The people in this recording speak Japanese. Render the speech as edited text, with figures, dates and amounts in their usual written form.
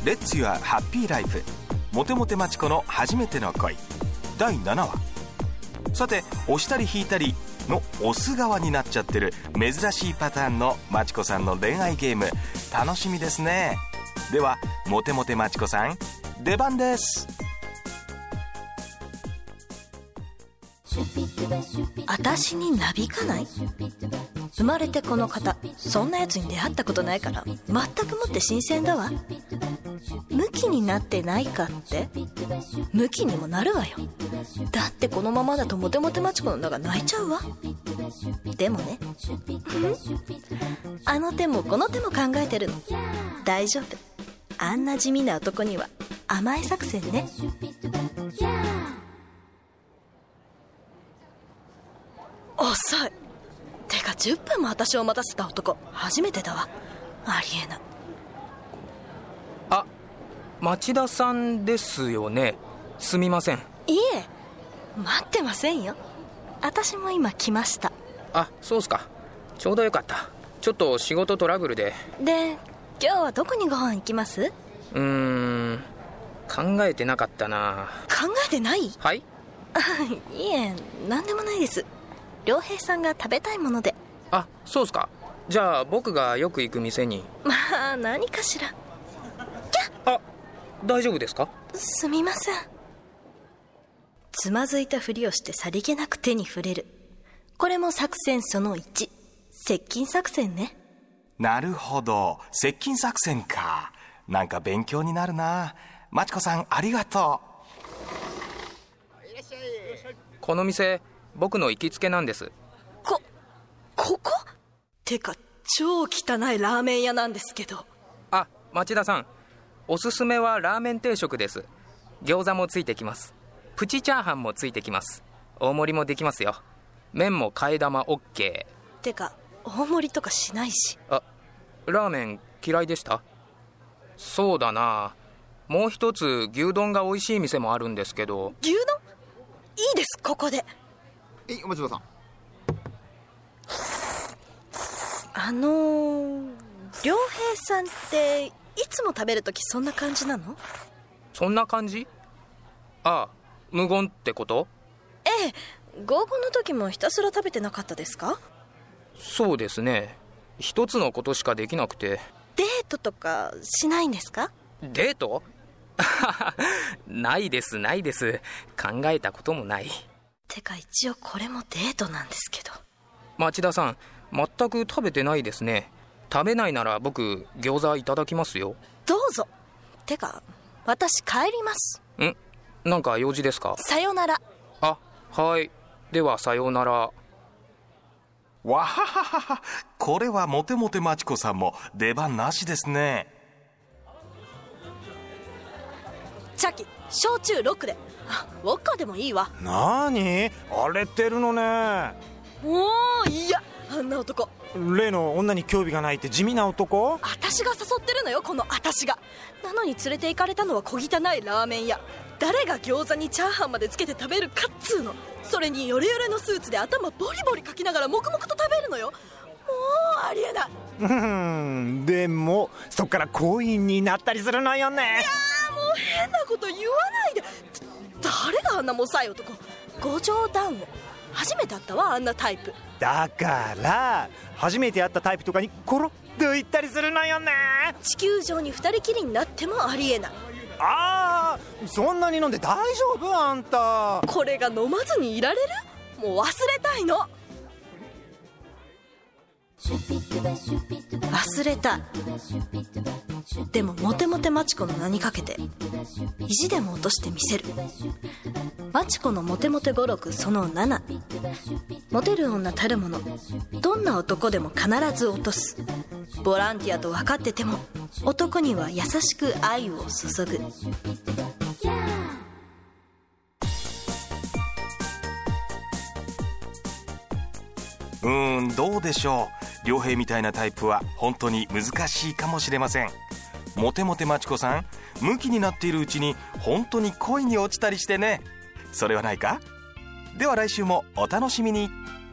レッツ・ユア・ハッピー・ライフ、モテモテマチコの初めての恋第7話。さて、押したり引いたりの押す側になっちゃってる珍しいパターンのマチコさんの恋愛ゲーム、楽しみですね。ではモテモテマチコさん、出番です。 私になびかない？生まれてこの方、そんなやつに出会ったことないから全くもって新鮮だわ。ムキになってないかって？ムキにもなるわよ。だってこのままだとモテモテマチコの名が泣いちゃうわ。でもねあの手もこの手も考えてるの。大丈夫。あんな地味な男には甘い作戦ね。遅い。てか10分も私を待たせた男初めてだわ。ありえない。 あ、町田さんですよね。すみません。 いえ、待ってませんよ。私も今来ました。 あ、そうっすか。ちょうどよかった。ちょっと仕事トラブルで。 で、今日はどこにご飯行きます？ 考えてなかったな。 考えてない？ はい？ いえ、なんでもないです。良平さんが食べたいもので。 あ、そうっすか。じゃあ僕がよく行く店に。 まあ何かしら。 あ、大丈夫ですか？ すみません。つまずいたふりをしてさりげなく手に触れる。これも作戦その1、接近作戦ね。 なるほど、接近作戦か。なんか勉強になるな。マチコさんありがとう。この店僕の行きつけなんです。 ここてか超汚いラーメン屋なんですけど。 あ、町田さん、おすすめはラーメン定食です。餃子もついてきます。プチチャーハンもついてきます。大盛りもできますよ。麺も替え玉 OK。 てか大盛りとかしないし。 あ、ラーメン嫌いでした？そうだな、もう一つ牛丼が美味しい店もあるんですけど。 牛丼？いいです、ここで。 お待ちくださん。良平さんっていつも食べるときそんな感じなの？ そんな感じ？ああ、無言ってこと？ ええ、合コンの時もひたすら食べてなかったですか？ そうですね、一つのことしかできなくて。 デートとかしないんですか？ デート？ないですないです、考えたこともない。 てか一応これもデートなんですけど。 町田さん、全く食べてないですね。食べないなら僕餃子いただきますよ。 どうぞ。てか私帰ります。 なんか用事ですか？ さよなら。 あ、はい、ではさようなら。 わはははは、これはモテモテマチコさんも出番なしですね。 チャキ、焼酎6で。ウォッカでもいいわ。 なーに荒れてるのね。 おー、いや、あんな男。 例の女に興味がないって地味な男？ 私が誘ってるのよ、この私が。なのに連れて行かれたのは小汚いラーメン屋。誰が餃子にチャーハンまでつけて食べるかっつーの。それにヨレヨレのスーツで頭ボリボリかきながら黙々と食べるのよ。もうありえない。 でもそっから恋になったりするのよね。いやー、もう変なこと言わないで。誰があんなもさい男。ご冗談を。初めて会ったわ、あんなタイプ。 だから初めて会ったタイプとかにコロッと言ったりするのよね。 地球上に二人きりになってもありえない。 あー、そんなに飲んで大丈夫？あんたこれが飲まずにいられる？もう忘れたいの。忘れた。でもモテモテマチコの名にかけて意地でも落としてみせる。マチコのモテモテ語録その7、モテる女たるもの、どんな男でも必ず落とす。ボランティアと分かってても男には優しく愛を注ぐ。 どうでしょう。良平みたいなタイプは本当に難しいかもしれません。モテモテマチコさん、ムキになっているうちに本当に恋に落ちたりしてね。それはないか？では来週もお楽しみに。